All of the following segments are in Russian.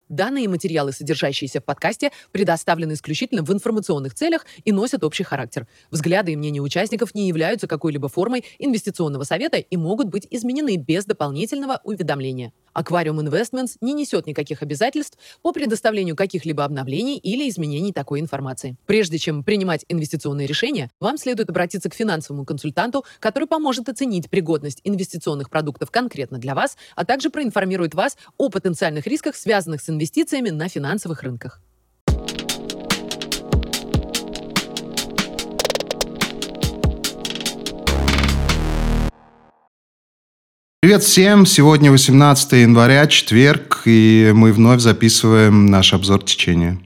Данные и материалы, содержащиеся в подкасте, предоставлены исключительно в информационных целях и носят общий характер. Взгляды и мнения участников не являются какой-либо формой инвестиционного совета и могут быть изменены без дополнительного уведомления. Aquarium Investments не несет никаких обязательств по предоставлению каких-либо обновлений или изменений такой информации. Прежде чем принимать инвестиционные решения, вам следует обратиться к финансовому консультанту, который поможет оценить пригодность инвестиционных продуктов конкретно для вас, а также проинформирует вас о потенциальных рисках, связанных с инвестициями на финансовых рынках. Привет всем! Сегодня 18 января, четверг, и мы вновь записываем наш обзор течения.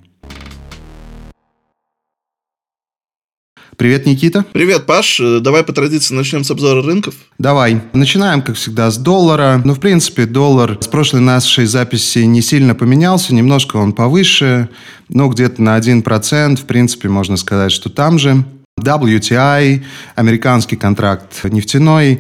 Привет, Никита. Привет, Паш. Давай по традиции начнем с обзора рынков. Давай. Начинаем, как всегда, с доллара. В принципе, доллар с прошлой нашей записи не сильно поменялся. Немножко он повыше, где-то на 1%. В принципе, можно сказать, что там же. WTI, американский контракт нефтяной,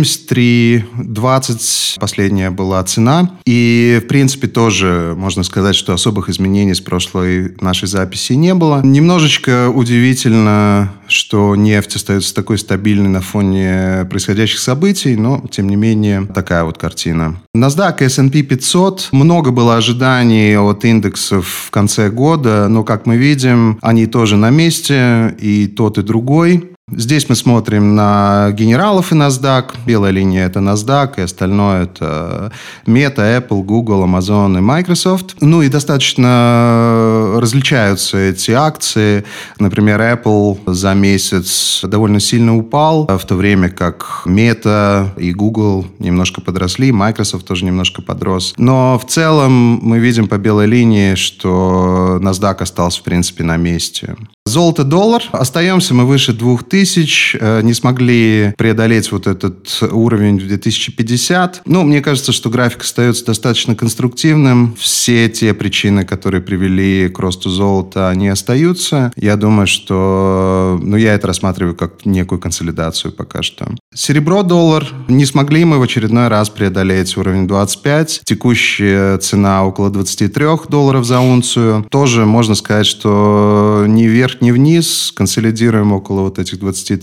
73.20 последняя была цена. И, в принципе, тоже можно сказать, что особых изменений с прошлой нашей записи не было. Немножечко удивительно, что нефть остается такой стабильной на фоне происходящих событий, но, тем не менее, такая вот картина. NASDAQ и S&P 500. Много было ожиданий от индексов в конце года, но, как мы видим, они тоже на месте, и тот, и другой. Здесь мы смотрим на генералов и NASDAQ. Белая линия – это NASDAQ, и остальное – это Meta, Apple, Google, Amazon и Microsoft. И достаточно различаются эти акции. Например, Apple за месяц довольно сильно упал, в то время как Meta и Google немножко подросли, Microsoft тоже немножко подрос. Но в целом мы видим по белой линии, что NASDAQ остался, в принципе, на месте. Золото-доллар. Остаемся мы выше 2000. Не смогли преодолеть вот этот уровень в 2050. Мне кажется, что график остается достаточно конструктивным. Все те причины, которые привели к росту золота, они остаются. Я думаю, что я это рассматриваю как некую консолидацию пока что. Серебро-доллар. Не смогли мы в очередной раз преодолеть уровень 25. Текущая цена около $23 за унцию. Тоже можно сказать, что ни вверх, ни вниз. Консолидируем около вот этих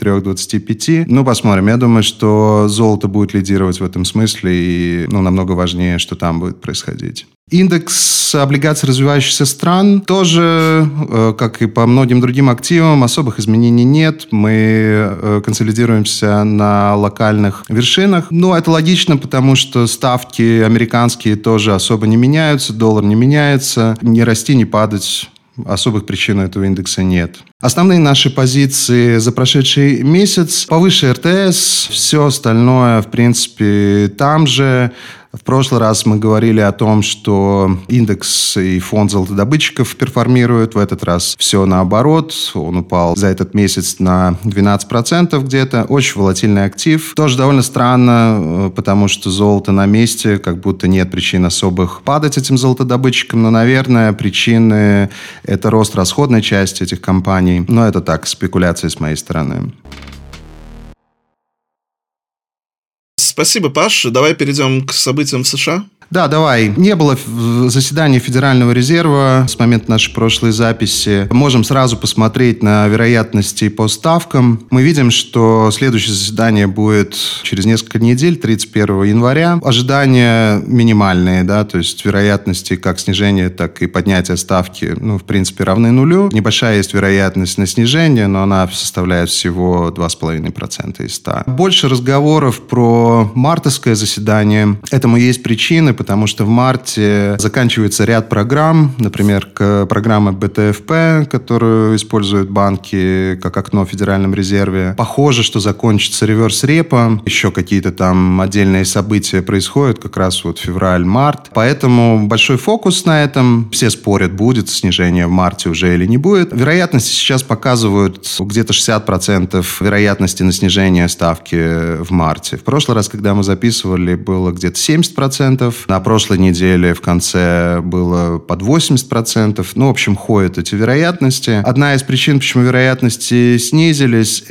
23-25. Посмотрим. Я думаю, что золото будет лидировать в этом смысле, и намного важнее, что там будет происходить. Индекс облигаций развивающихся стран тоже, как и по многим другим активам, особых изменений нет. Мы консолидируемся на локальных вершинах. Это логично, потому что ставки американские тоже особо не меняются, доллар не меняется. Не расти, не падать. Особых причин у этого индекса нет. Основные наши позиции за прошедший месяц. Повыше РТС, все остальное, в принципе, там же. В прошлый раз мы говорили о том, что индекс и фонд золотодобытчиков перформируют. В этот раз все наоборот. Он упал за этот месяц на 12% где-то. Очень волатильный актив. Тоже довольно странно, потому что золото на месте, как будто нет причин особых падать этим золотодобытчикам. Но, наверное, причины – это рост расходной части этих компаний. Но это так, спекуляции с моей стороны. Спасибо, Паш. Давай перейдем к событиям в США. Да, давай. Не было заседания Федерального резерва с момента нашей прошлой записи. Можем сразу посмотреть на вероятности по ставкам. Мы видим, что следующее заседание будет через несколько недель, 31 января. Ожидания минимальные, то есть вероятности как снижения, так и поднятия ставки, в принципе, равны нулю. Небольшая есть вероятность на снижение, но она составляет всего 2,5% из 100. Больше разговоров про мартовское заседание. Этому есть причины, потому что в марте заканчивается ряд программ, например, программа БТФП, которую используют банки как окно в Федеральном резерве. Похоже, что закончится реверс-репо. Еще какие-то там отдельные события происходят, как раз вот февраль-март. Поэтому большой фокус на этом. Все спорят, будет снижение в марте уже или не будет. Вероятности сейчас показывают где-то 60% вероятности на снижение ставки в марте. В прошлый раз, когда мы записывали, было где-то 70%. На прошлой неделе в конце было под 80%. Ну, в общем, ходят эти вероятности. Одна из причин, почему вероятности снизились,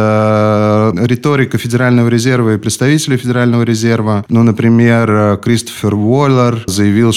это риторика Федерального резерва и представителей Федерального резерва. Ну, например, Кристофер Уоллер заявил,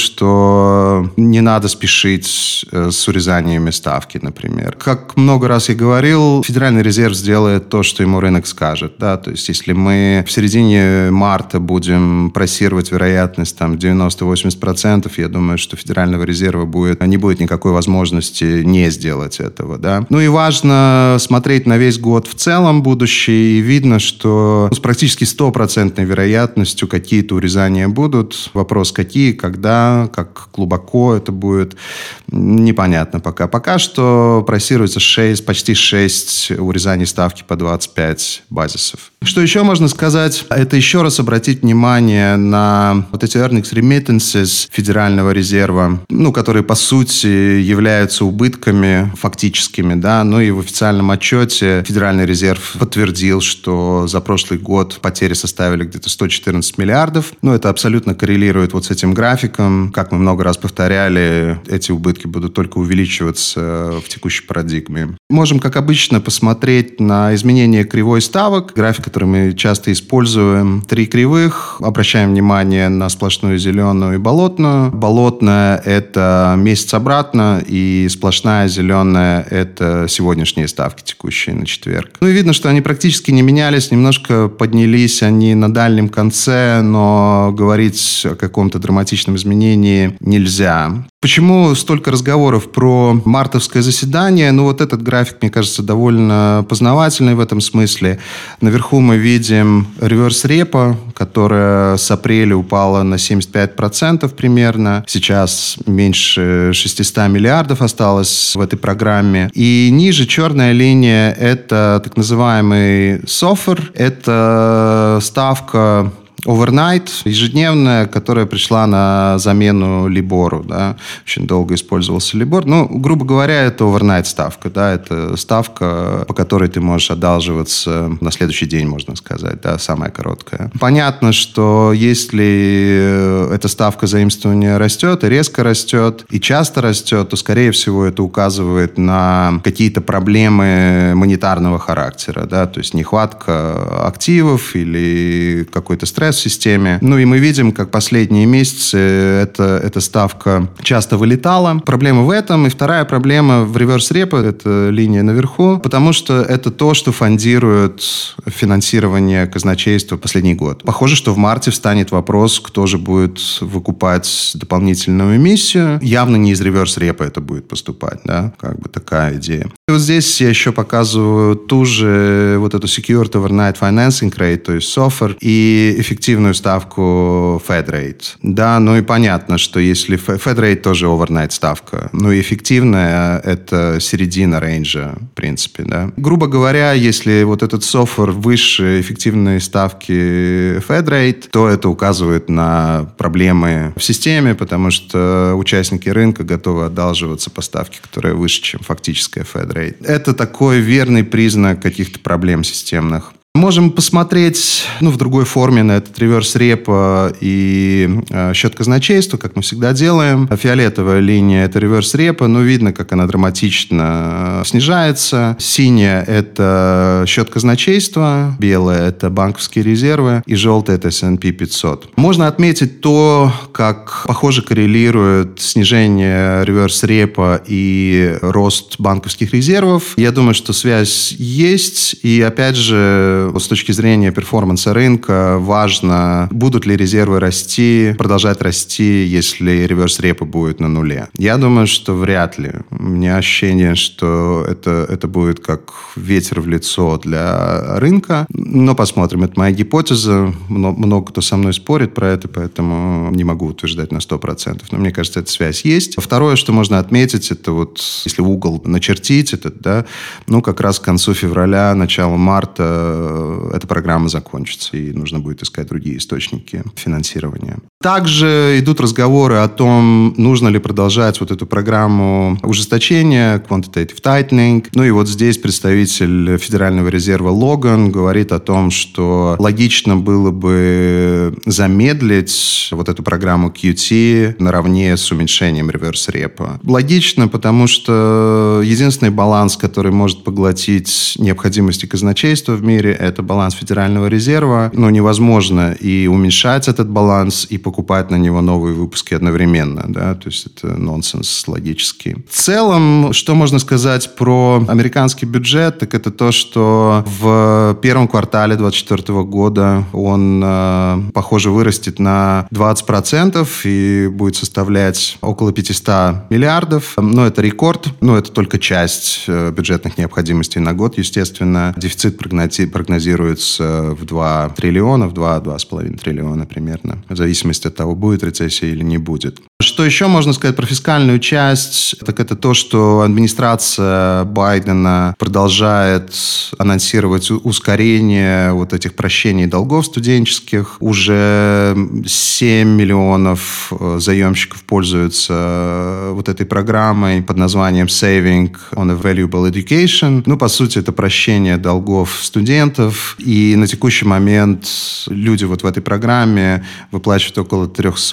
что не надо спешить с урезаниями ставки, например. Как много раз я говорил, Федеральный резерв сделает то, что ему рынок скажет. Да? То есть, если мы в середине марта будем просировать вероятность там 90-80%, я думаю, что Федерального резерва не будет никакой возможности не сделать этого. Да? Ну и важно смотреть на весь год в целом будущее, и видно, что с практически 100% вероятностью какие-то урезания будут. Вопрос, какие, когда, как глубоко это будет, непонятно пока. Пока что просируется почти 6 урезаний ставки по 25 базисов. Что еще можно сказать? Это еще раз обратить внимание на вот эти earnings remittances Федерального резерва, которые, по сути, являются убытками фактическими. Да? Ну и в официальном отчете Федеральный резерв подтвердил, что за прошлый год потери составили где-то 114 миллиардов. Это абсолютно коррелирует вот с этим графиком. Как мы много раз повторяли, эти убытки будут только увеличиваться в текущей парадигме. Можем, как обычно, посмотреть на изменение кривой ставок. График, который мы часто используем. 3 кривых. Обращаем внимание на сплошную зеленую и болотную. Болотная – это месяц обратно, и сплошная зеленая – это сегодняшние ставки, текущие на четверг. И видно, что они практически не менялись. Немножко поднялись они на дальнем конце, но говорить о каком-то драматичном изменении нельзя. Почему столько разговоров про мартовское заседание? Вот этот график, мне кажется, довольно познавательный в этом смысле. Наверху мы видим реверс-репо, которая с апреля упала на 75% примерно. Сейчас меньше 600 миллиардов осталось в этой программе. И ниже черная линия – это так называемый SOFR. Это ставка overnight, ежедневная, которая пришла на замену Либору. Да. Очень долго использовался Либор. Грубо говоря, это overnight ставка. Да. Это ставка, по которой ты можешь одалживаться на следующий день, можно сказать. Да, самая короткая. Понятно, что если эта ставка заимствования растет, и резко растет, и часто растет, то, скорее всего, это указывает на какие-то проблемы монетарного характера. Да. То есть нехватка активов или какой-то стресс в системе. И мы видим, как последние месяцы эта ставка часто вылетала. Проблема в этом. И вторая проблема в реверс-репо, это линия наверху, потому что это то, что фондирует финансирование казначейства последний год. Похоже, что в марте встанет вопрос, кто же будет выкупать дополнительную эмиссию. Явно не из реверс-репо это будет поступать. Да? Такая идея. И вот здесь я еще показываю ту же вот эту Secured Overnight Financing Rate, то есть SOFR, и эффективную ставку Fed Rate. Да, и понятно, что если Fed Rate тоже overnight ставка, и эффективная это середина рейнджа, в принципе, да. Грубо говоря, если вот этот SOFR выше эффективной ставки Fed Rate, то это указывает на проблемы в системе, потому что участники рынка готовы одалживаться по ставке, которая выше, чем фактическая Fed Rate. Это такой верный признак каких-то проблем системных. Можем посмотреть в другой форме на этот реверс-репо и счет казначейства, как мы всегда делаем. Фиолетовая линия – это реверс-репо, видно, как она драматично снижается. Синяя – это счет казначейства, белая – это банковские резервы, и желтая – это S&P 500. Можно отметить то, как похоже коррелирует снижение реверс-репо и рост банковских резервов. Я думаю, что связь есть, и опять же, с точки зрения перформанса рынка важно, будут ли резервы продолжать расти, если реверс-репо будет на нуле. Я думаю, что вряд ли. У меня ощущение, что это будет как ветер в лицо для рынка. Но посмотрим. Это моя гипотеза. Много кто со мной спорит про это, поэтому не могу утверждать на 100%. Но мне кажется, эта связь есть. Второе, что можно отметить, это если угол начертить, как раз к концу февраля, началу марта эта программа закончится, и нужно будет искать другие источники финансирования. Также идут разговоры о том, нужно ли продолжать вот эту программу ужесточения, quantitative tightening. Ну и вот здесь представитель Федерального резерва Логан говорит о том, что логично было бы замедлить вот эту программу QT наравне с уменьшением реверс-репо. Логично, потому что единственный баланс, который может поглотить необходимости казначейства в мире, это баланс Федерального резерва. Но невозможно и уменьшать этот баланс, и покупать на него новые выпуски одновременно. Да? То есть это нонсенс логический. В целом, что можно сказать про американский бюджет, так это то, что в первом квартале 2024 года он, похоже, вырастет на 20% и будет составлять около 500 миллиардов. Но это рекорд. Но это только часть бюджетных необходимостей на год, естественно. Дефицит прогнозируется в 2 триллиона, в 2-2,5 триллиона примерно. В зависимости от того, будет рецессия или не будет. Что еще можно сказать про фискальную часть, так это то, что администрация Байдена продолжает анонсировать ускорение вот этих прощений долгов студенческих. Уже 7 миллионов заемщиков пользуются вот этой программой под названием Saving on a Valuable Education. Ну, по сути, это прощение долгов студентов. И на текущий момент люди вот в этой программе выплачивают около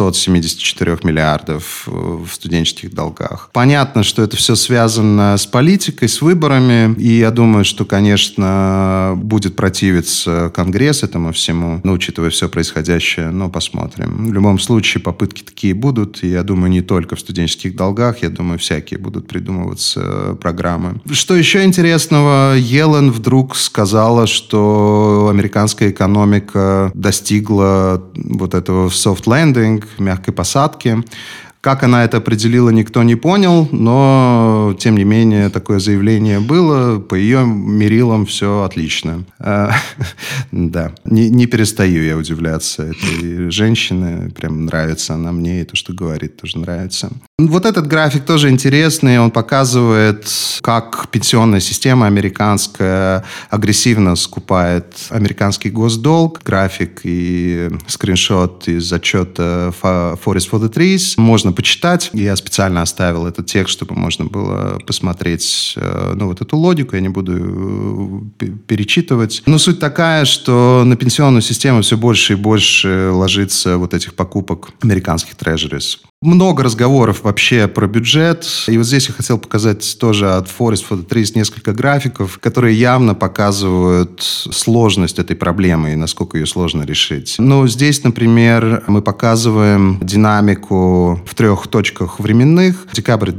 374 миллиардов в студенческих долгах. Понятно, что это все связано с политикой, с выборами. И я думаю, что, конечно, будет противиться Конгресс этому всему, но учитывая все происходящее, посмотрим. В любом случае, попытки такие будут. И я думаю, не только в студенческих долгах, я думаю, всякие будут придумываться программы. Что еще интересного? Йеллен вдруг сказала, что американская экономика достигла вот этого soft landing, мягкой посадки. Как она это определила, никто не понял, но, тем не менее, такое заявление было. По ее мерилам все отлично. Да, не перестаю я удивляться этой женщине. Прям нравится она мне, и то, что говорит, тоже нравится. Вот этот график тоже интересный. Он показывает, как пенсионная система американская агрессивно скупает американский госдолг. График и скриншот из отчета Forest for the Trees. Можно почитать. Я специально оставил этот текст, чтобы можно было посмотреть вот эту логику. Я не буду перечитывать. Но суть такая, что на пенсионную систему все больше и больше ложится вот этих покупок американских treasuries. Много разговоров вообще про бюджет. И вот здесь я хотел показать тоже от Forest for the Trees несколько графиков, которые явно показывают сложность этой проблемы и насколько ее сложно решить. Здесь, например, мы показываем динамику в 3 точках временных. Декабрь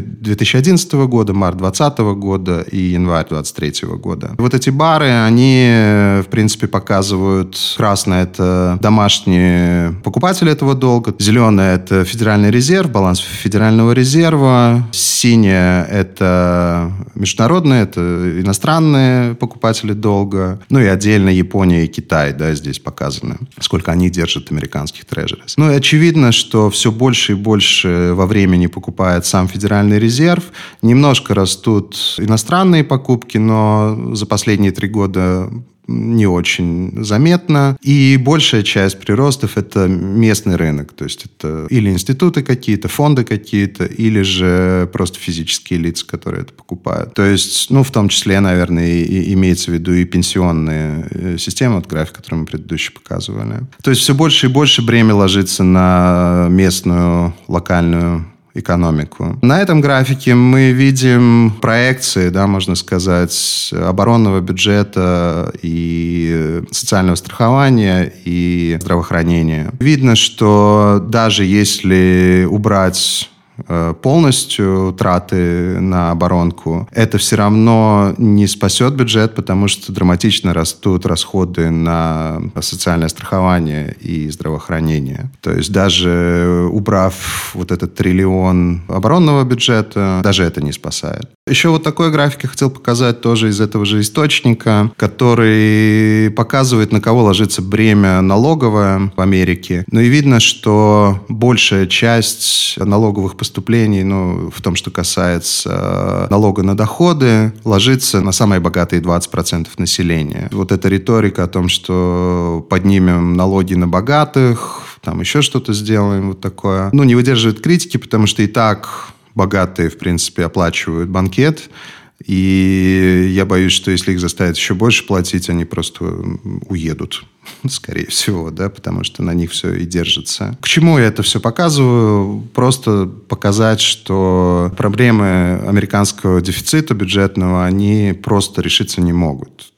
2011 года, март 2020 года и январь 2023 года. Вот эти бары, они, в принципе, показывают: красное – это домашние покупатели этого долга, зеленое – это Федеральный резерв, баланс Федерального резерва, синее – это международные, это иностранные покупатели долга, и отдельно Япония и Китай, здесь показаны, сколько они держат американских treasuries. И очевидно, что все больше и больше во времени покупает сам Федеральный резерв. Немножко растут иностранные покупки, но за последние 3 года не очень заметно. И большая часть приростов – это местный рынок. То есть это или институты какие-то, фонды какие-то, или же просто физические лица, которые это покупают. То есть, в том числе, наверное, и имеется в виду и пенсионные системы, вот график, который мы предыдущий показывали. То есть все больше и больше бремя ложится на местную, локальную экономику. На этом графике мы видим проекции, можно сказать, оборонного бюджета и социального страхования и здравоохранения. Видно, что даже если убрать полностью траты на оборонку, это все равно не спасет бюджет, потому что драматично растут расходы на социальное страхование и здравоохранение. То есть даже убрав вот этот триллион оборонного бюджета, даже это не спасает. Еще вот такой график я хотел показать тоже из этого же источника, который показывает, на кого ложится бремя налоговое в Америке. Ну и видно, что большая часть налоговых поступлений, в том, что касается налога на доходы, ложится на самые богатые 20% населения. Вот эта риторика о том, что поднимем налоги на богатых, там еще что-то сделаем, вот такое, не выдерживает критики, потому что и так богатые, в принципе, оплачивают банкет. И я боюсь, что если их заставят еще больше платить, они просто уедут, скорее всего, да, потому что на них все и держится. К чему я это все показываю? Просто показать, что проблемы американского дефицита бюджетного, они просто решиться не могут.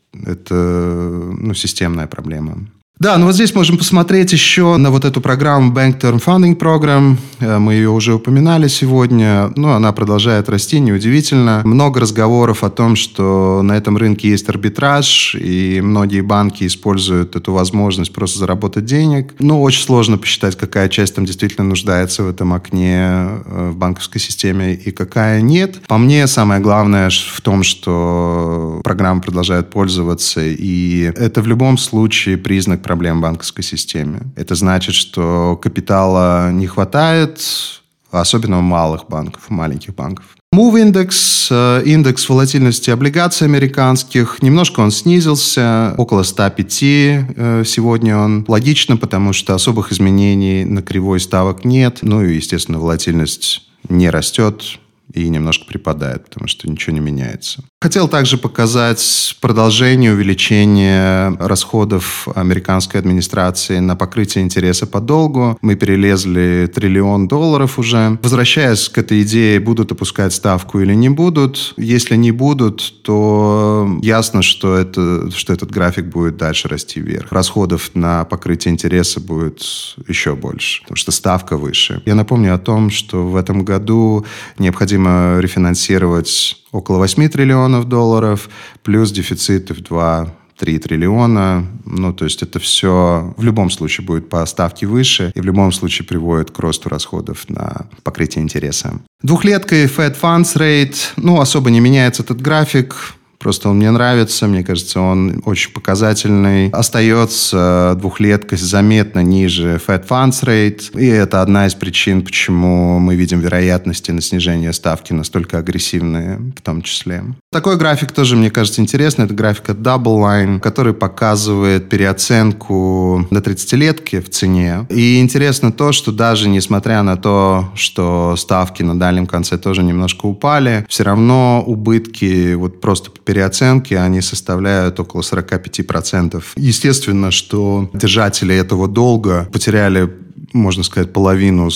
Это, системная проблема. Да, вот здесь можем посмотреть еще на вот эту программу Bank Term Funding Program. Мы ее уже упоминали сегодня. Она продолжает расти, неудивительно. Много разговоров о том, что на этом рынке есть арбитраж, и многие банки используют эту возможность просто заработать денег. Очень сложно посчитать, какая часть там действительно нуждается в этом окне в банковской системе и какая нет. По мне, самое главное в том, что программа продолжает пользоваться, и это в любом случае признак проблем в банковской системе. Это значит, что капитала не хватает, особенно у малых банков, у маленьких банков. Move Index, индекс волатильности облигаций американских, немножко он снизился, около 105 сегодня он. Логично, потому что особых изменений на кривой ставок нет. И, естественно, волатильность не растет и немножко припадает, потому что ничего не меняется. Хотел также показать продолжение увеличения расходов американской администрации на покрытие интереса по долгу. Мы перелезли $1 триллион уже. Возвращаясь к этой идее, будут опускать ставку или не будут. Если не будут, то ясно, что этот график будет дальше расти вверх. Расходов на покрытие интереса будет еще больше, потому что ставка выше. Я напомню о том, что в этом году необходимо рефинансировать около $8 триллионов, плюс дефициты в 2-3 триллиона. То есть это все в любом случае будет по ставке выше и в любом случае приводит к росту расходов на покрытие интереса. Двухлеткой Fed Funds Rate, особо не меняется этот график. Просто он мне нравится, мне кажется, он очень показательный. Остается двухлетка заметно ниже Fed Funds Rate. И это одна из причин, почему мы видим вероятности на снижение ставки настолько агрессивные в том числе. Такой график тоже, мне кажется, интересный. Это график от Double Line, который показывает переоценку до 30-летки в цене. И интересно то, что даже несмотря на то, что ставки на дальнем конце тоже немножко упали, все равно убытки просто по переоценки, они составляют около 45%. Естественно, что держатели этого долга потеряли, можно сказать, половину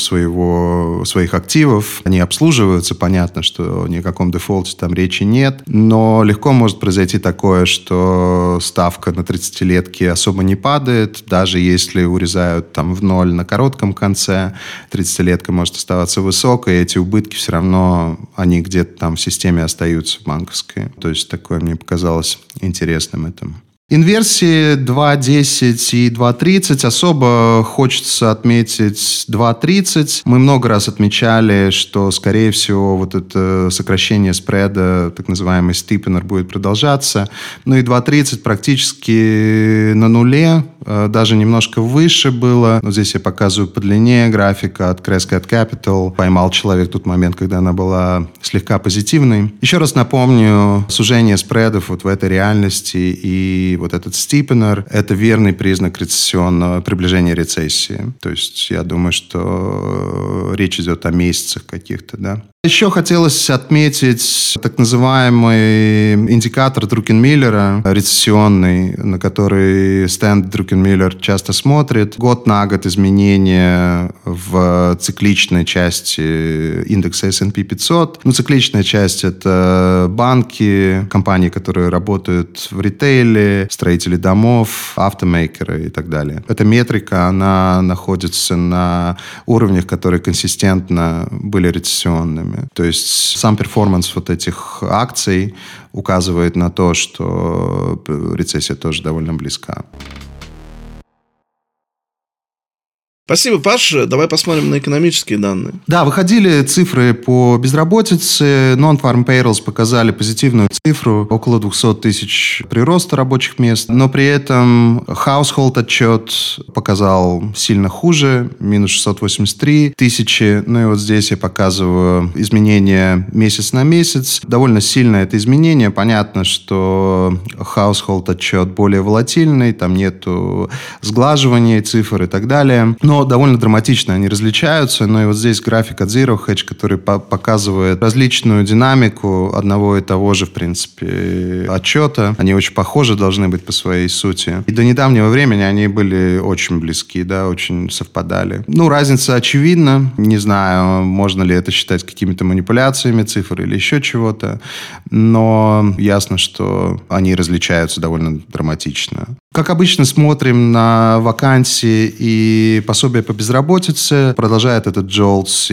своих активов. Они обслуживаются, понятно, что ни о каком дефолте там речи нет, но легко может произойти такое, что ставка на 30-летке особо не падает, даже если урезают там в ноль на коротком конце, 30-летка может оставаться высокой, и эти убытки все равно, они где-то там в системе остаются банковской. То есть такое мне показалось интересным это. Инверсии 2.10 и 2.30. Особо хочется отметить 2.30. Мы много раз отмечали, что, скорее всего, вот это сокращение спреда, так называемый стипенер, будет продолжаться. И 2.30 практически на нуле, даже немножко выше было. Здесь я показываю по длине графика от Crescat Capital. Поймал человек тот момент, когда она была слегка позитивной. Еще раз напомню, сужение спредов в этой реальности и вот этот стипенер – это верный признак приближения рецессии. То есть я думаю, что речь идет о месяцах каких-то, да. Еще хотелось отметить так называемый индикатор Друкенмиллера, рецессионный, на который Стэн Друкенмиллер часто смотрит. Год на год изменения в цикличной части индекса S&P 500. Цикличная часть – это банки, компании, которые работают в ритейле, строители домов, автомейкеры и так далее. Эта метрика, она находится на уровнях, которые консистентно были рецессионными. То есть сам перформанс этих акций указывает на то, что рецессия тоже довольно близка. Спасибо, Паш. Давай посмотрим на экономические данные. Да, выходили цифры по безработице. Non-farm payrolls показали позитивную цифру. Около 200 тысяч прироста рабочих мест. Но при этом household отчет показал сильно хуже. Минус 683 тысячи. Ну и вот здесь я показываю изменения месяц на месяц. Довольно сильное это изменение. Понятно, что household отчет более волатильный. Там нету сглаживания цифр и так далее. Но довольно драматично они различаются. Но и вот здесь график от Zero Hedge, который показывает различную динамику одного и того же, в принципе, отчета. Они очень похожи должны быть по своей сути. И до недавнего времени они были очень близки, да, очень совпадали. Ну, разница очевидна. Не знаю, можно ли это считать какими-то манипуляциями цифр или еще чего-то. Но ясно, что они различаются довольно драматично. Как обычно, смотрим на вакансии и пособия по безработице. Продолжает этот JOLTS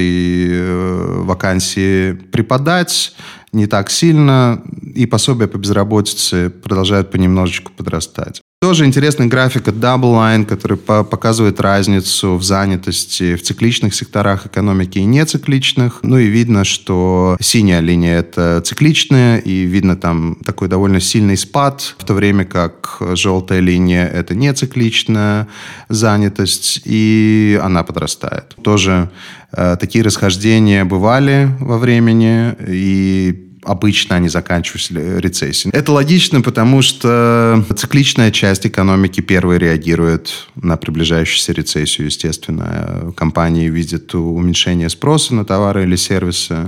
и вакансии припадать не так сильно, и пособия по безработице продолжают понемножечку подрастать. Тоже интересный график от DoubleLine, который показывает разницу в занятости в цикличных секторах экономики и нецикличных. Ну и видно, что синяя линия – это цикличная, и видно там такой довольно сильный спад, в то время как желтая линия – это нецикличная занятость, и она подрастает. Тоже такие расхождения бывали во времени, и обычно они заканчиваются рецессией. Это логично, потому что цикличная часть экономики первой реагирует на приближающуюся рецессию, естественно. Компании видят уменьшение спроса на товары или сервисы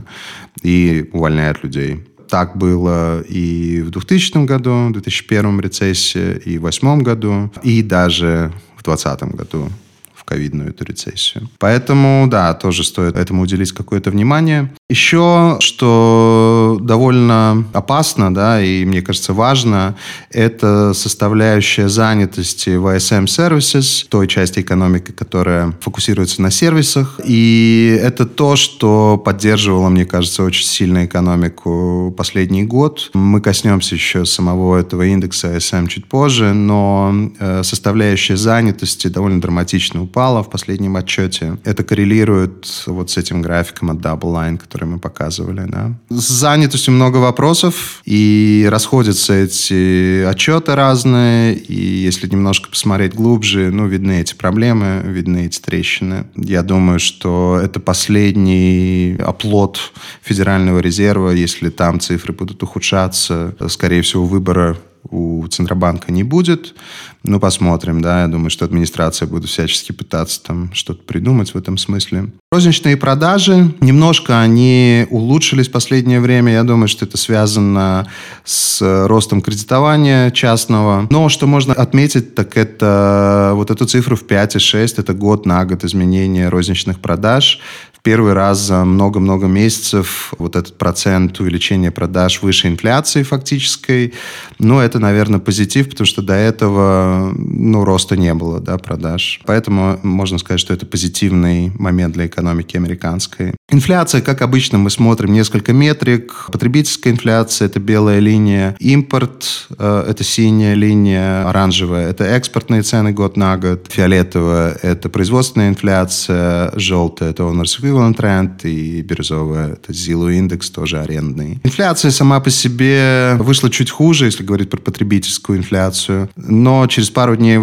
и увольняют людей. Так было и в 2000 году, в 2001 рецессии, и в 2008 году, и даже в 2020 году. Ковидную эту рецессию. Поэтому, да, тоже стоит этому уделить какое-то внимание. Еще, что довольно опасно, да, и, мне кажется, важно, это составляющая занятости в ISM Services, той части экономики, которая фокусируется на сервисах. И это то, что поддерживало, мне кажется, очень сильно экономику последний год. Мы коснемся еще самого этого индекса ISM чуть позже, но составляющая занятости довольно драматично упала в последнем отчете. Это коррелирует вот с этим графиком от DoubleLine, который мы показывали. Да. С занятостью много вопросов, и расходятся эти отчеты разные, и если немножко посмотреть глубже, ну, видны эти проблемы, видны эти трещины. Я думаю, что это последний оплот Федерального резерва. Если там цифры будут ухудшаться, скорее всего, выбора у Центробанка не будет. Ну, посмотрим, да. Я думаю, что администрация будет всячески пытаться там что-то придумать в этом смысле. Розничные продажи. Немножко они улучшились в последнее время. Я думаю, что это связано с ростом кредитования частного. Но что можно отметить, так это вот эту цифру в 5,6. Это год на год изменения розничных продаж. В первый раз за много-много месяцев вот этот процент увеличения продаж выше инфляции фактической. Но это, наверное, позитив, потому что до этого, ну, роста не было, да, продаж. Поэтому можно сказать, что это позитивный момент для экономики американской. Инфляция, как обычно, мы смотрим несколько метрик. Потребительская инфляция – это белая линия. Импорт – это синяя линия. Оранжевая – это экспортные цены год на год. Фиолетовая – это производственная инфляция. Желтая – это Owner's Equivalent Trend. И бирюзовая – это Zillow Index, тоже арендный. Инфляция сама по себе вышла чуть хуже, если говорить про потребительскую инфляцию. Но через пару дней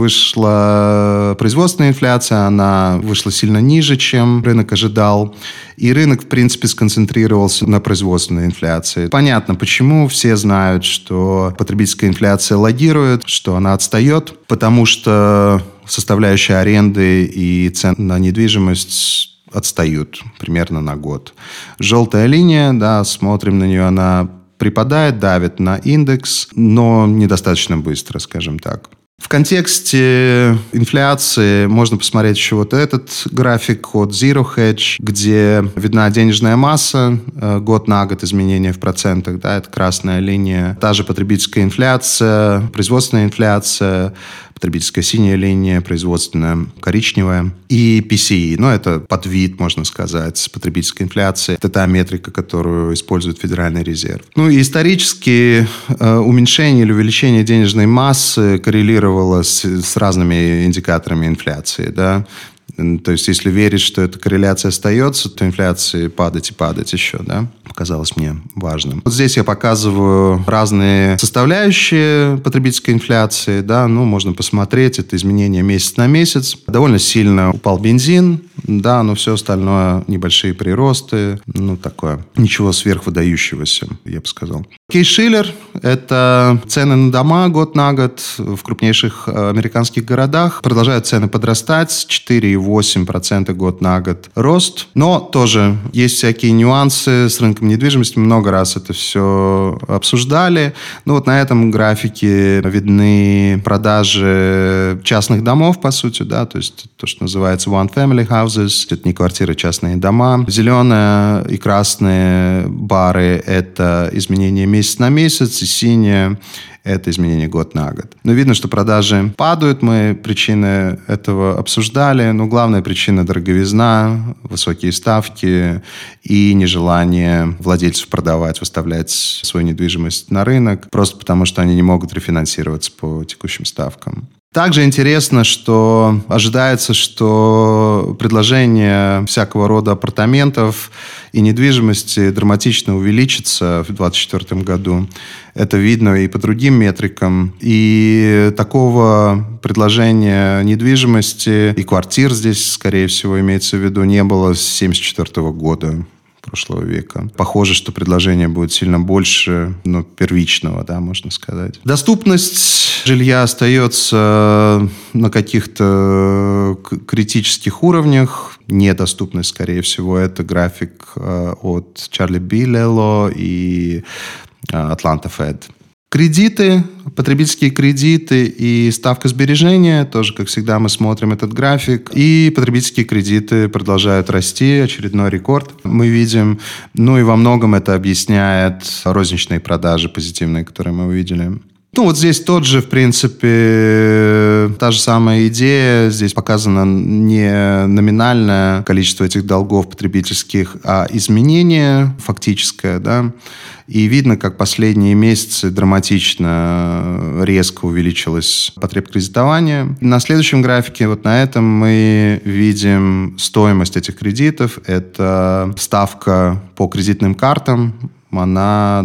вышла производственная инфляция. Она вышла сильно ниже, чем рынок ожидал. И рынок, в принципе, сконцентрировался на производственной инфляции. Понятно, почему. Все знают, что потребительская инфляция лагирует, что она отстает, потому что составляющая аренды и цен на недвижимость отстают примерно на год. Желтая линия, да, смотрим на нее, она припадает, давит на индекс, но недостаточно быстро, скажем так. В контексте инфляции можно посмотреть еще вот этот график от Zero Hedge, где видна денежная масса, год на год изменения в процентах, да, это красная линия. Та же потребительская инфляция, производственная инфляция, потребительская синяя линия, производственная коричневая и PCE. Ну, это подвид, можно сказать, потребительской инфляции. Это та метрика, которую использует Федеральный резерв. Ну, и исторически уменьшение или увеличение денежной массы коррелировало с разными индикаторами инфляции, да. То есть, если верить, что эта корреляция остается, то инфляции падать и падать еще, да, показалось мне важным. Вот здесь я показываю разные составляющие потребительской инфляции, да, можно посмотреть, это изменения месяц на месяц. Довольно сильно упал бензин, да, но все остальное небольшие приросты, такое, ничего сверхвыдающегося, я бы сказал. Кейс-Шиллер – это цены на дома год на год в крупнейших американских городах. Продолжают цены подрастать, 4,8% год на год рост. Но тоже есть всякие нюансы с рынком недвижимости. Много раз это все обсуждали. На этом графике видны продажи частных домов, по сути, да, то есть то, что называется one family houses. Это не квартиры, частные дома. Зеленые и красные бары – это изменение месяц на месяц, и синие – это изменение год на год. Но видно, что продажи падают, мы причины этого обсуждали, но главная причина – дороговизна, высокие ставки и нежелание владельцев продавать, выставлять свою недвижимость на рынок, просто потому что они не могут рефинансироваться по текущим ставкам. Также интересно, что ожидается, что предложение всякого рода апартаментов и недвижимости драматично увеличится в 2024 году. Это видно и по другим метрикам. И такого предложения недвижимости и квартир здесь, скорее всего, имеется в виду, не было с 1974 года. Прошлого века. Похоже, что предложение будет сильно больше, первичного, да, можно сказать. Доступность жилья остается на каких-то критических уровнях. Недоступность, скорее всего, это график от Чарли Билелло и Atlanta Fed. Кредиты, потребительские кредиты и ставка сбережения, тоже, как всегда, мы смотрим этот график. И потребительские кредиты продолжают расти, очередной рекорд мы видим. И во многом это объясняет розничные продажи позитивные, которые мы увидели. Здесь тот же, в принципе, та же самая идея. Здесь показано не номинальное количество этих долгов потребительских, а изменение фактическое, да. И видно, как последние месяцы драматично, резко увеличилась потребность кредитования. На следующем графике, на этом, мы видим стоимость этих кредитов. Это ставка по кредитным картам. Она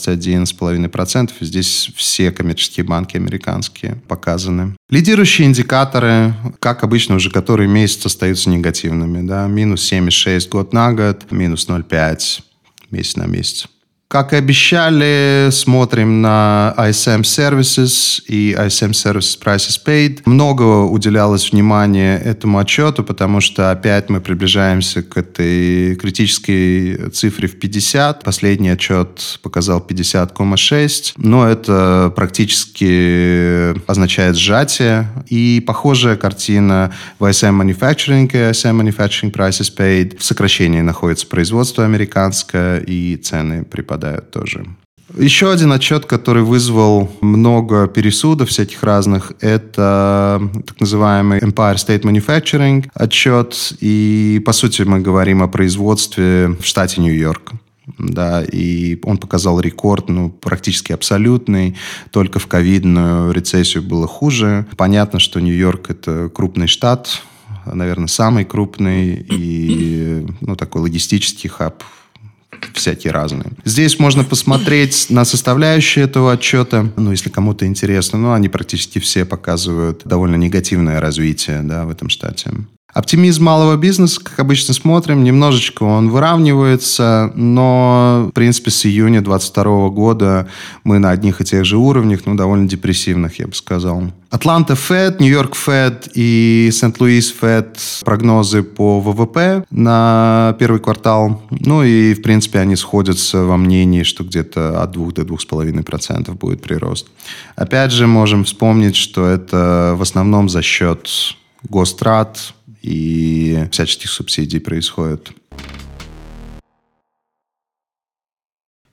21,5%. Здесь все коммерческие банки американские показаны. Лидирующие индикаторы, как обычно, уже который месяц остаются негативными. Да? Минус 7,6 год на год, минус 0,5 месяц на месяц. Как и обещали, смотрим на ISM Services и ISM Services Prices Paid. Много уделялось внимания этому отчету, потому что опять мы приближаемся к этой критической цифре в 50. Последний отчет показал 50,6. Но это практически означает сжатие. И похожая картина в ISM Manufacturing и ISM Manufacturing Prices Paid. В сокращении находится производство американское, и цены припадают тоже. Еще один отчет, который вызвал много пересудов всяких разных, это так называемый Empire State Manufacturing отчет. И, по сути, мы говорим о производстве в штате Нью-Йорк. Да, и он показал рекорд, практически абсолютный. Только в ковидную рецессию было хуже. Понятно, что Нью-Йорк – это крупный штат, наверное, самый крупный и такой логистический хаб. Всякие разные. Здесь можно посмотреть на составляющие этого отчета. Если кому-то интересно. Они практически все показывают довольно негативное развитие, да, в этом штате. Оптимизм малого бизнеса, как обычно смотрим, немножечко он выравнивается, но, в принципе, с июня 2022 года мы на одних и тех же уровнях, довольно депрессивных, я бы сказал. Atlanta Fed, Нью-Йорк Fed и Сент-Луис Fed прогнозы по ВВП на первый квартал. И, в принципе, они сходятся во мнении, что где-то от 2 до 2,5% будет прирост. Опять же, можем вспомнить, что это в основном за счет гострат и всяческих субсидий происходит.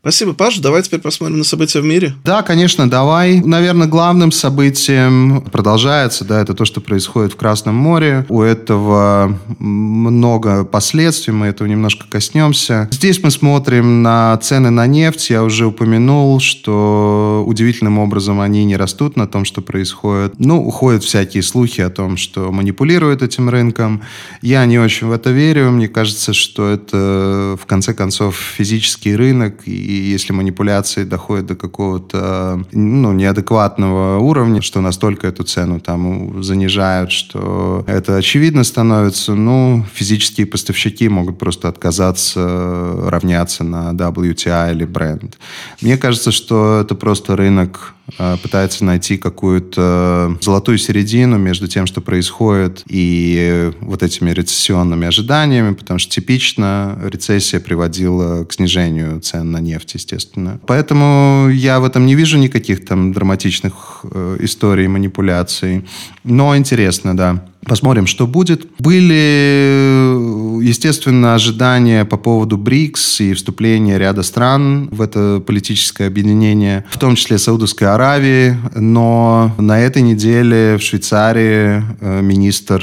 Спасибо, Паш. Давай теперь посмотрим на события в мире. Да, конечно, давай. Наверное, главным событием продолжается, это то, что происходит в Красном море. У этого много последствий, мы этого немножко коснемся. Здесь мы смотрим на цены на нефть. Я уже упомянул, что удивительным образом они не растут на том, что происходит. Уходят всякие слухи о том, что манипулируют этим рынком. Я не очень в это верю. Мне кажется, что это, в конце концов, физический рынок, и если манипуляции доходят до какого-то неадекватного уровня, что настолько эту цену там занижают, что это очевидно становится, физические поставщики могут просто отказаться равняться на WTI или Brent. Мне кажется, что это просто рынок пытается найти какую-то золотую середину между тем, что происходит, и вот этими рецессионными ожиданиями, потому что типично рецессия приводила к снижению цен на нефть, естественно. Поэтому я в этом не вижу никаких там драматичных историй, манипуляций. Но интересно, да. Посмотрим, что будет. Были, естественно, ожидания по поводу БРИКС и вступления ряда стран в это политическое объединение, в том числе Саудовской Аравии. Но на этой неделе в Швейцарии министр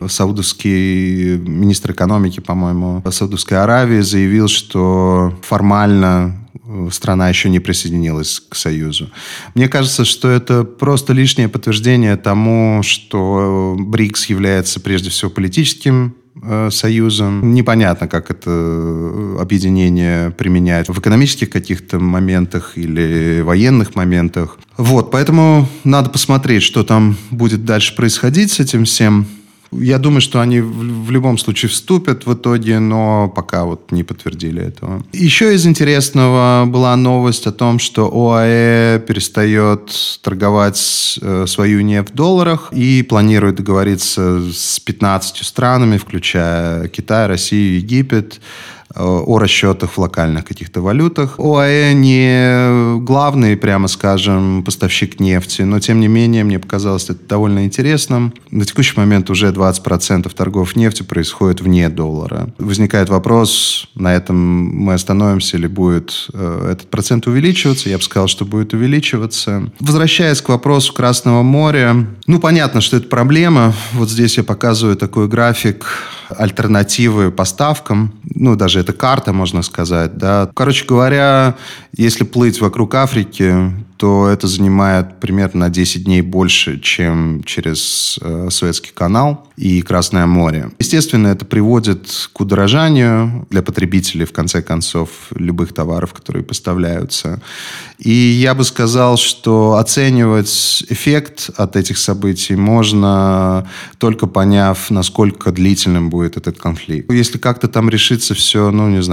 экономики, по-моему, Саудовской Аравии заявил, что формально страна еще не присоединилась к Союзу. Мне кажется, что это просто лишнее подтверждение тому, что БРИКС является прежде всего политическим союзом. Непонятно, как это объединение применять в экономических каких-то моментах или военных моментах. Поэтому надо посмотреть, что там будет дальше происходить с этим всем. Я думаю, что они в любом случае вступят в итоге, но пока не подтвердили этого. Еще из интересного была новость о том, что ОАЭ перестает торговать свою нефть в долларах и планирует договориться с 15 странами, включая Китай, Россию, Египет, о расчетах в локальных каких-то валютах. ОАЭ не главный, прямо скажем, поставщик нефти, но, тем не менее, мне показалось это довольно интересным. На текущий момент уже 20% торгов нефтью происходит вне доллара. Возникает вопрос, на этом мы остановимся или будет этот процент увеличиваться? Я бы сказал, что будет увеличиваться. Возвращаясь к вопросу Красного моря, понятно, что это проблема. Вот здесь я показываю такой график альтернативы поставкам. Даже это карта, можно сказать. Да. Короче говоря, если плыть вокруг Африки, то это занимает примерно на 10 дней больше, чем через Суэцкий канал и Красное море. Естественно, это приводит к удорожанию для потребителей, в конце концов, любых товаров, которые поставляются. И я бы сказал, что оценивать эффект от этих событий можно, только поняв, насколько длительным будет этот конфликт. Если как-то там решится все,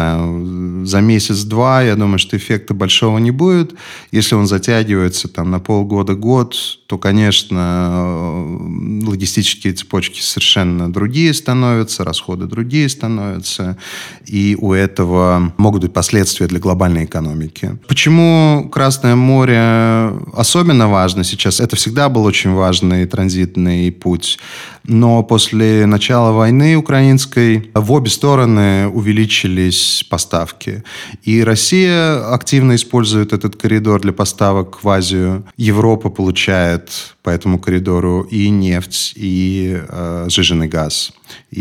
за месяц-два, я думаю, что эффекта большого не будет. Если он затягивается на полгода-год, то, конечно, логистические цепочки совершенно другие становятся, расходы другие становятся, и у этого могут быть последствия для глобальной экономики. Почему Красное море особенно важно сейчас? Это всегда был очень важный транзитный путь, но после начала войны украинской в обе стороны увеличились поставки, и Россия активно использует этот коридор для поставок в Азию. Европа получает по этому коридору и нефть, и сжиженный газ.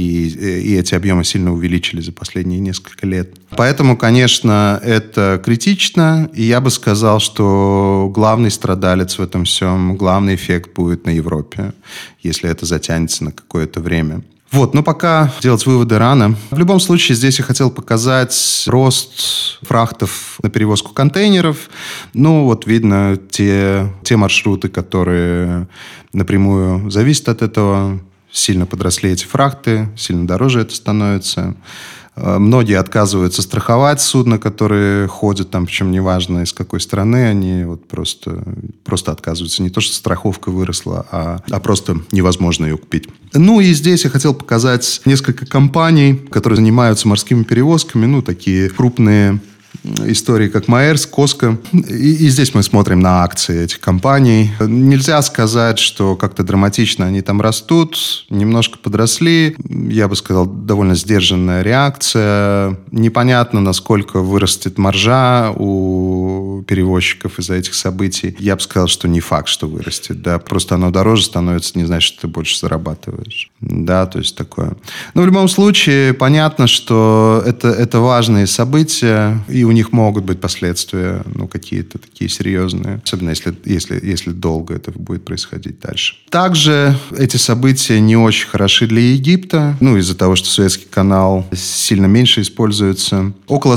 И эти объемы сильно увеличились за последние несколько лет. Поэтому, конечно, это критично. И я бы сказал, что главный страдалец в этом всем, главный эффект будет на Европе, если это затянется на какое-то время. Но пока делать выводы рано. В любом случае, здесь я хотел показать рост фрахтов на перевозку контейнеров. Видно те маршруты, которые напрямую зависят от этого. Сильно подросли эти фрахты, сильно дороже это становится. Многие отказываются страховать судно, которые ходят там, причем неважно из какой страны, они просто отказываются. Не то, что страховка выросла, а просто невозможно ее купить. И здесь я хотел показать несколько компаний, которые занимаются морскими перевозками, такие крупные истории, как Маэрс, Costco. И здесь мы смотрим на акции этих компаний. Нельзя сказать, что как-то драматично они там растут. Немножко подросли. Я бы сказал, довольно сдержанная реакция. Непонятно, насколько вырастет маржа у перевозчиков из-за этих событий. Я бы сказал, что не факт, что вырастет. Да, просто оно дороже становится, не значит, что ты больше зарабатываешь. Да, то есть такое. Но в любом случае, понятно, что это важные события, и у них могут быть последствия, какие-то такие серьезные. Особенно, если долго это будет происходить дальше. Также эти события не очень хороши для Египта. Из-за того, что Суэцкий канал сильно меньше используется. Около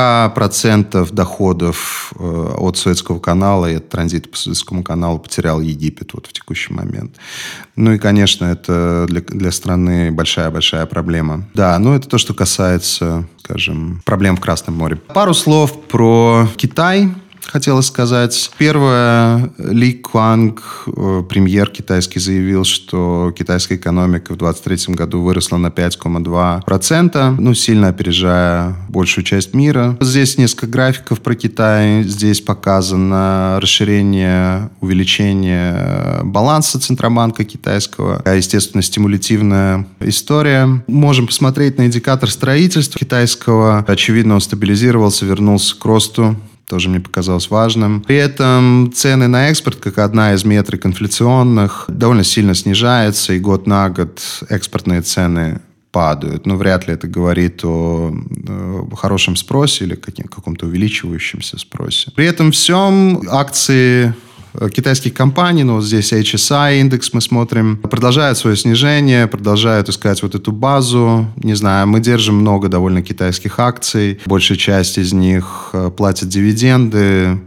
40% доходов от Суэцкого канала и от транзита по Суэцкому каналу потерял Египет в текущий момент. И, конечно, это для страны большая-большая проблема. Да, это то, что касается, скажем, проблем в Красном море. Пару слов про Китай хотелось сказать. Первое, Ли Куанг, премьер китайский, заявил, что китайская экономика в 2023 году выросла на 5,2%, сильно опережая большую часть мира. Здесь несколько графиков про Китай. Здесь показано расширение, увеличение баланса Центробанка китайского. Естественно, стимулятивная история. Можем посмотреть на индикатор строительства китайского. Очевидно, он стабилизировался, вернулся к росту. Тоже мне показалось важным. При этом цены на экспорт, как одна из метрик инфляционных, довольно сильно снижается, и год на год экспортные цены падают. Вряд ли это говорит о хорошем спросе или каком-то увеличивающемся спросе. При этом всем акции китайских компаний, здесь HSI индекс мы смотрим, продолжают свое снижение, продолжают искать эту базу. Не знаю, мы держим много довольно китайских акций. Большая часть из них платят дивиденды.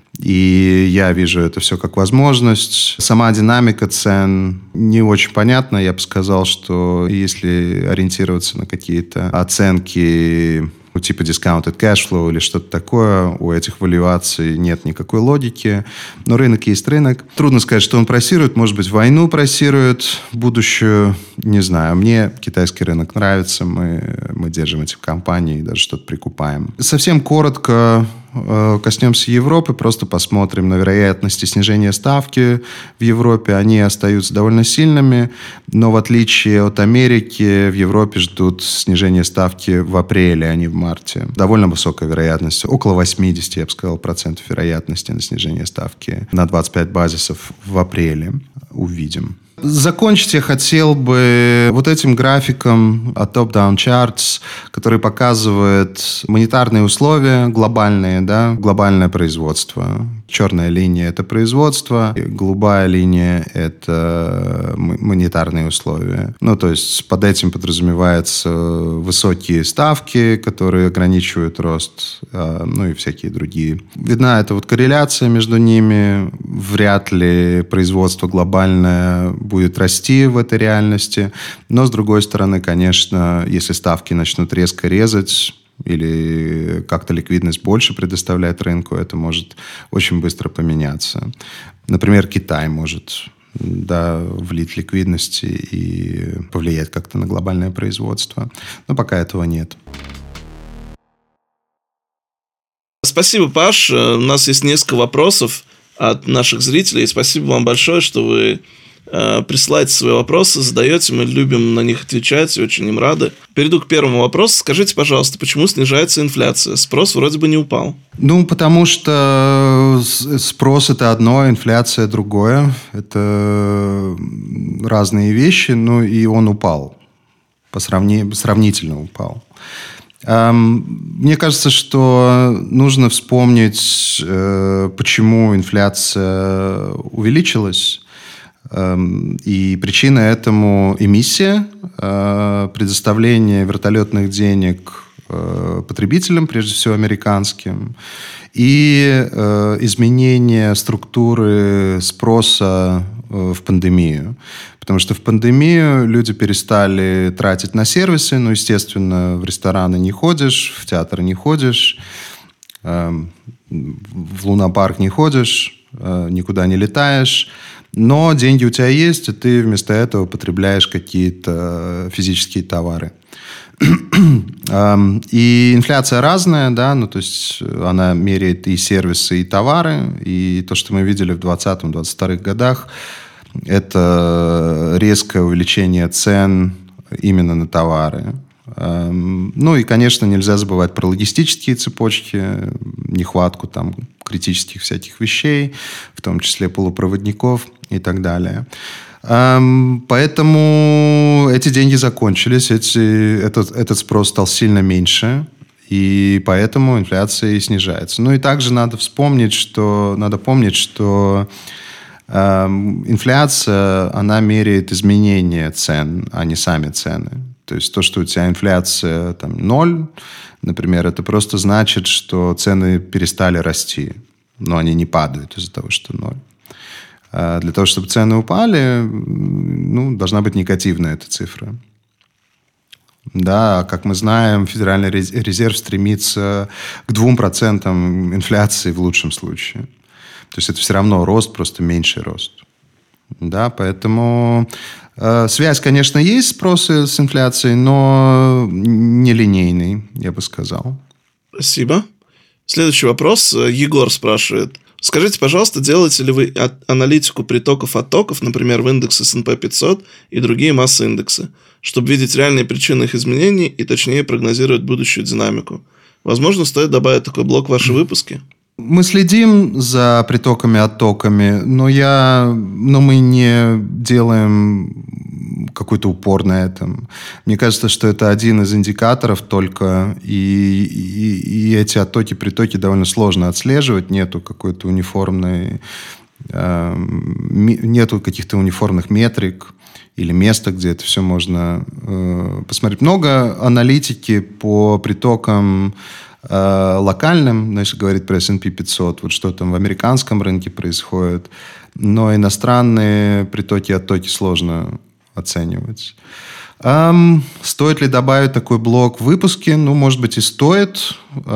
И я вижу это все как возможность. Сама динамика цен не очень понятна. Я бы сказал, что если ориентироваться на какие-то оценки типа discounted cash flow или что-то такое, у этих валюаций нет никакой логики. Но рынок есть рынок. Трудно сказать, что он просирует. Может быть, войну просирует будущую. Не знаю. Мне китайский рынок нравится. Мы держим эти компании и даже что-то прикупаем. Совсем коротко коснемся Европы, просто посмотрим на вероятности снижения ставки в Европе. Они остаются довольно сильными, но в отличие от Америки, в Европе ждут снижения ставки в апреле, а не в марте. Довольно высокая вероятность, около 80, я бы сказал, процентов вероятности на снижение ставки на 25 базисов в апреле. Увидим. Закончить я хотел бы этим графиком от Top Down Charts, который показывает монетарные условия глобальные, глобальное производство. Черная линия – это производство, голубая линия – это монетарные условия. То есть под этим подразумеваются высокие ставки, которые ограничивают рост, и всякие другие. Видна эта корреляция между ними. Вряд ли производство глобальное будет расти в этой реальности. Но, с другой стороны, конечно, если ставки начнут резко резать, или как-то ликвидность больше предоставляет рынку, это может очень быстро поменяться. Например, Китай может влить ликвидности и повлиять как-то на глобальное производство. Но пока этого нет. Спасибо, Паш. У нас есть несколько вопросов от наших зрителей. Спасибо вам большое, что вы присылайте свои вопросы, задаете, мы любим на них отвечать и очень им рады. Перейду к первому вопросу. Скажите, пожалуйста, почему снижается инфляция? Спрос вроде бы не упал. Потому что спрос – это одно, инфляция – другое. Это разные вещи, и он упал. Сравнительно упал. Мне кажется, что нужно вспомнить, почему инфляция увеличилась. И причина этому эмиссия, предоставление вертолетных денег потребителям, прежде всего американским, и изменение структуры спроса в пандемию. Потому что в пандемию люди перестали тратить на сервисы, естественно, в рестораны не ходишь, в театр не ходишь, в лунопарк не ходишь, никуда не летаешь. Но деньги у тебя есть, и ты вместо этого потребляешь какие-то физические товары. И инфляция разная, да, ну, то есть она меряет и сервисы, и товары, и то, что мы видели в 2020-2022 годах, это резкое увеличение цен именно на товары. Ну и, конечно, нельзя забывать про логистические цепочки, нехватку там критических всяких вещей, в том числе полупроводников и так далее. Поэтому эти деньги закончились, этот спрос стал сильно меньше, и поэтому инфляция и снижается. Ну и также надо помнить, что инфляция, она меряет изменение цен, а не сами цены. То есть то, что у тебя инфляция там, 0, например, это просто значит, что цены перестали расти, но они не падают из-за того, что 0. А для того, чтобы цены упали, ну, должна быть негативная эта цифра. Да, как мы знаем, Федеральный резерв стремится к 2% инфляции в лучшем случае. То есть это все равно рост, просто меньший рост. Да, поэтому связь, конечно, есть спроса с инфляцией, но нелинейный, я бы сказал. Спасибо. Следующий вопрос. Егор спрашивает. Скажите, пожалуйста, делаете ли вы аналитику притоков-оттоков, например, в индекс S&P 500 и другие массовые индексы, чтобы видеть реальные причины их изменений и точнее прогнозировать будущую динамику? Возможно, стоит добавить такой блок в ваши выпуски? Мы следим за притоками-оттоками, но мы не делаем какой-то упор на этом. Мне кажется, что это один из индикаторов только, и эти оттоки-притоки довольно сложно отслеживать, нету какой-то нету каких-то униформных метрик или места, где это все можно посмотреть. Много аналитики по притокам локальным, если говорить про S&P 500, вот что там в американском рынке происходит, но иностранные притоки и оттоки сложно оценивать. Стоит ли добавить такой блок в выпуске? Ну, может быть, и стоит,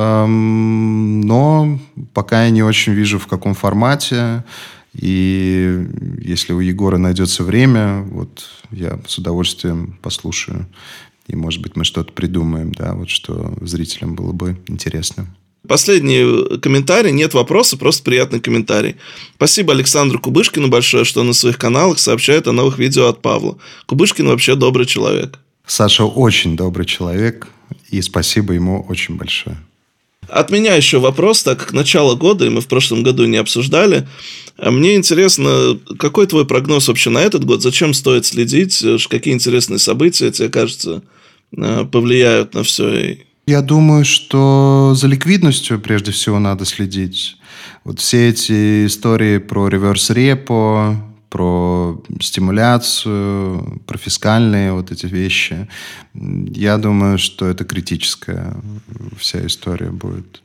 но пока я не очень вижу, в каком формате. И если у Егора найдется время, вот я с удовольствием послушаю. И, может быть, мы что-то придумаем, да, вот что зрителям было бы интересно. Последний комментарий. Нет вопроса, просто приятный комментарий. Спасибо Александру Кубышкину большое, что на своих каналах сообщает о новых видео от Павла. Кубышкин вообще добрый человек. Саша очень добрый человек, и спасибо ему очень большое. От меня еще вопрос, так как начало года, и мы в прошлом году не обсуждали. Мне интересно, какой твой прогноз вообще на этот год? Зачем стоит следить? Какие интересные события, тебе кажется, повлияют на все? Я думаю, что за ликвидностью прежде всего надо следить. Вот все эти истории про реверс-репо, про стимуляцию, про фискальные вот эти вещи. Я думаю, что это критическая вся история будет.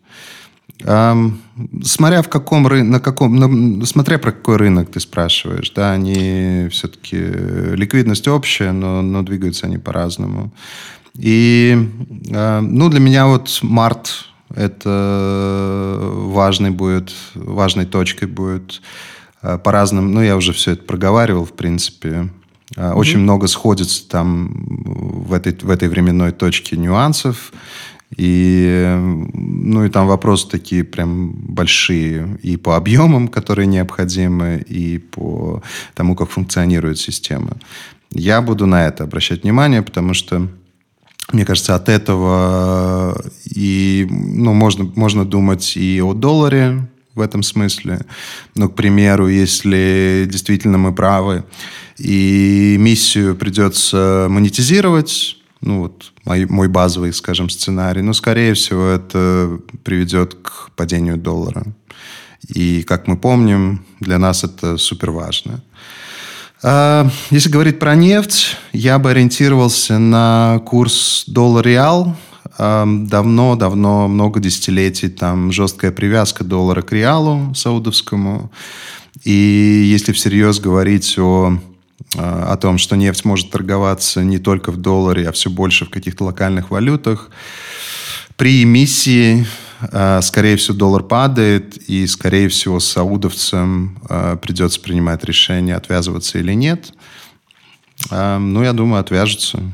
Смотря про какой рынок ты спрашиваешь, да, они все-таки ликвидность общая, но двигаются они по-разному. И, для меня вот март это важной точкой будет по разным, я уже все это проговаривал, в принципе. Очень много сходится там в этой временной точке нюансов. И там вопросы такие прям большие и по объемам, которые необходимы, и по тому, как функционирует система. Я буду на это обращать внимание, потому что, мне кажется, от этого можно думать и о долларе в этом смысле. К примеру, если действительно мы правы, и миссию придется монетизировать, мой базовый, скажем, сценарий, скорее всего, это приведет к падению доллара. И, как мы помним, для нас это супер важно. Если говорить про нефть, я бы ориентировался на курс доллар-реал. Давно, много десятилетий там жесткая привязка доллара к реалу саудовскому. И если всерьез говорить о том, что нефть может торговаться не только в долларе, а все больше в каких-то локальных валютах, при эмиссии, скорее всего, доллар падает, и, скорее всего, саудовцам придется принимать решение, отвязываться или нет. Я думаю, отвяжутся.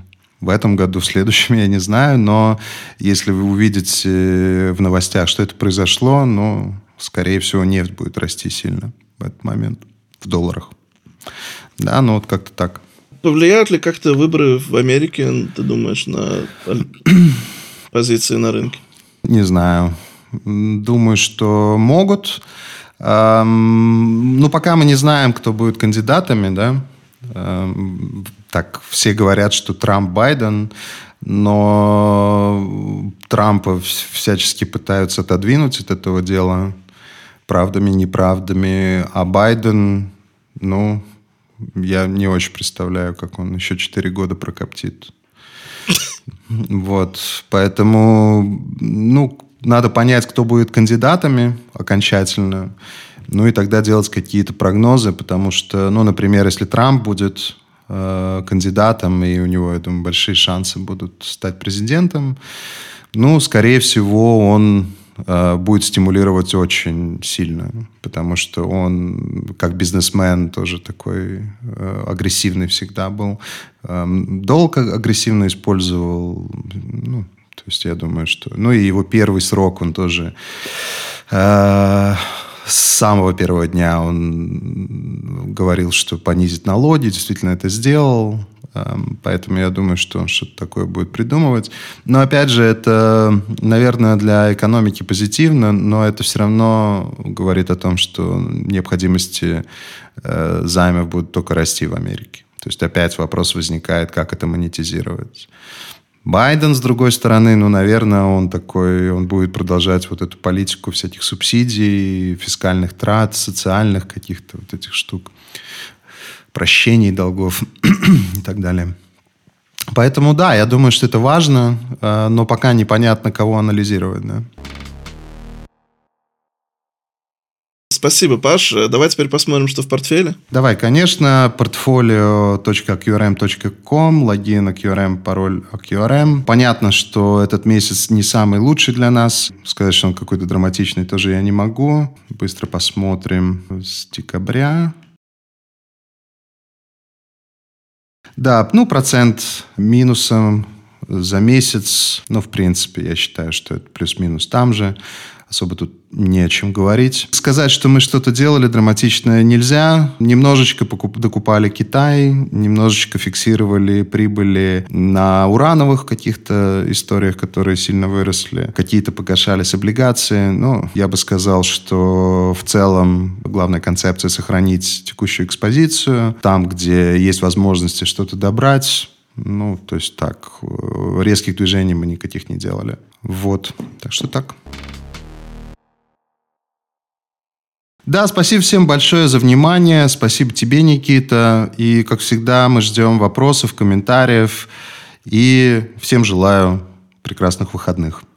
В этом году, в следующем я не знаю, но если вы увидите в новостях, что это произошло, скорее всего, нефть будет расти сильно в этот момент в долларах. Да, вот как-то так. Повлияют ли как-то выборы в Америке, ты думаешь, на позиции на рынке? Не знаю. Думаю, что могут. Пока мы не знаем, кто будет кандидатами, да. Так, все говорят, что Трамп, Байден, но Трампа всячески пытаются отодвинуть от этого дела правдами, неправдами. А Байден, я не очень представляю, как он еще 4 года прокоптит. Поэтому, надо понять, кто будет кандидатами окончательно, и тогда делать какие-то прогнозы, потому что, например, если Трамп будет кандидатом, и у него, я думаю, большие шансы будут стать президентом, скорее всего, он будет стимулировать очень сильно, потому что он, как бизнесмен, тоже такой агрессивный всегда был. Долг агрессивно использовал. То есть, я думаю, что... и его первый срок, он тоже... С самого первого дня он говорил, что понизит налоги, действительно это сделал. Поэтому я думаю, что он что-то такое будет придумывать. Но, опять же, это, наверное, для экономики позитивно, но это все равно говорит о том, что необходимости займов будут только расти в Америке. То есть, опять вопрос возникает, как это монетизировать. Байден, с другой стороны, наверное, он будет продолжать вот эту политику всяких субсидий, фискальных трат, социальных каких-то вот этих штук, прощений долгов и так далее. Поэтому, да, я думаю, что это важно, но пока непонятно, кого анализировать, да. Спасибо, Паш. Давай теперь посмотрим, что в портфеле. Давай, конечно, portfolio.aqrm.com, логин AQRM, пароль AQRM. Понятно, что этот месяц не самый лучший для нас. Сказать, что он какой-то драматичный, тоже я не могу. Быстро посмотрим с декабря. Да, процент минусом за месяц. В принципе, я считаю, что это плюс-минус там же. Особо тут не о чем говорить. Сказать, что мы что-то делали драматичное, нельзя. Немножечко докупали Китай, немножечко фиксировали прибыли на урановых каких-то историях, которые сильно выросли. Какие-то погашались облигации. Я бы сказал, что в целом главная концепция — сохранить текущую экспозицию. Там, где есть возможности что-то добрать, то есть так, резких движений мы никаких не делали. Так что так. Да, спасибо всем большое за внимание. Спасибо тебе, Никита. И, как всегда, мы ждем вопросов, комментариев. И всем желаю прекрасных выходных.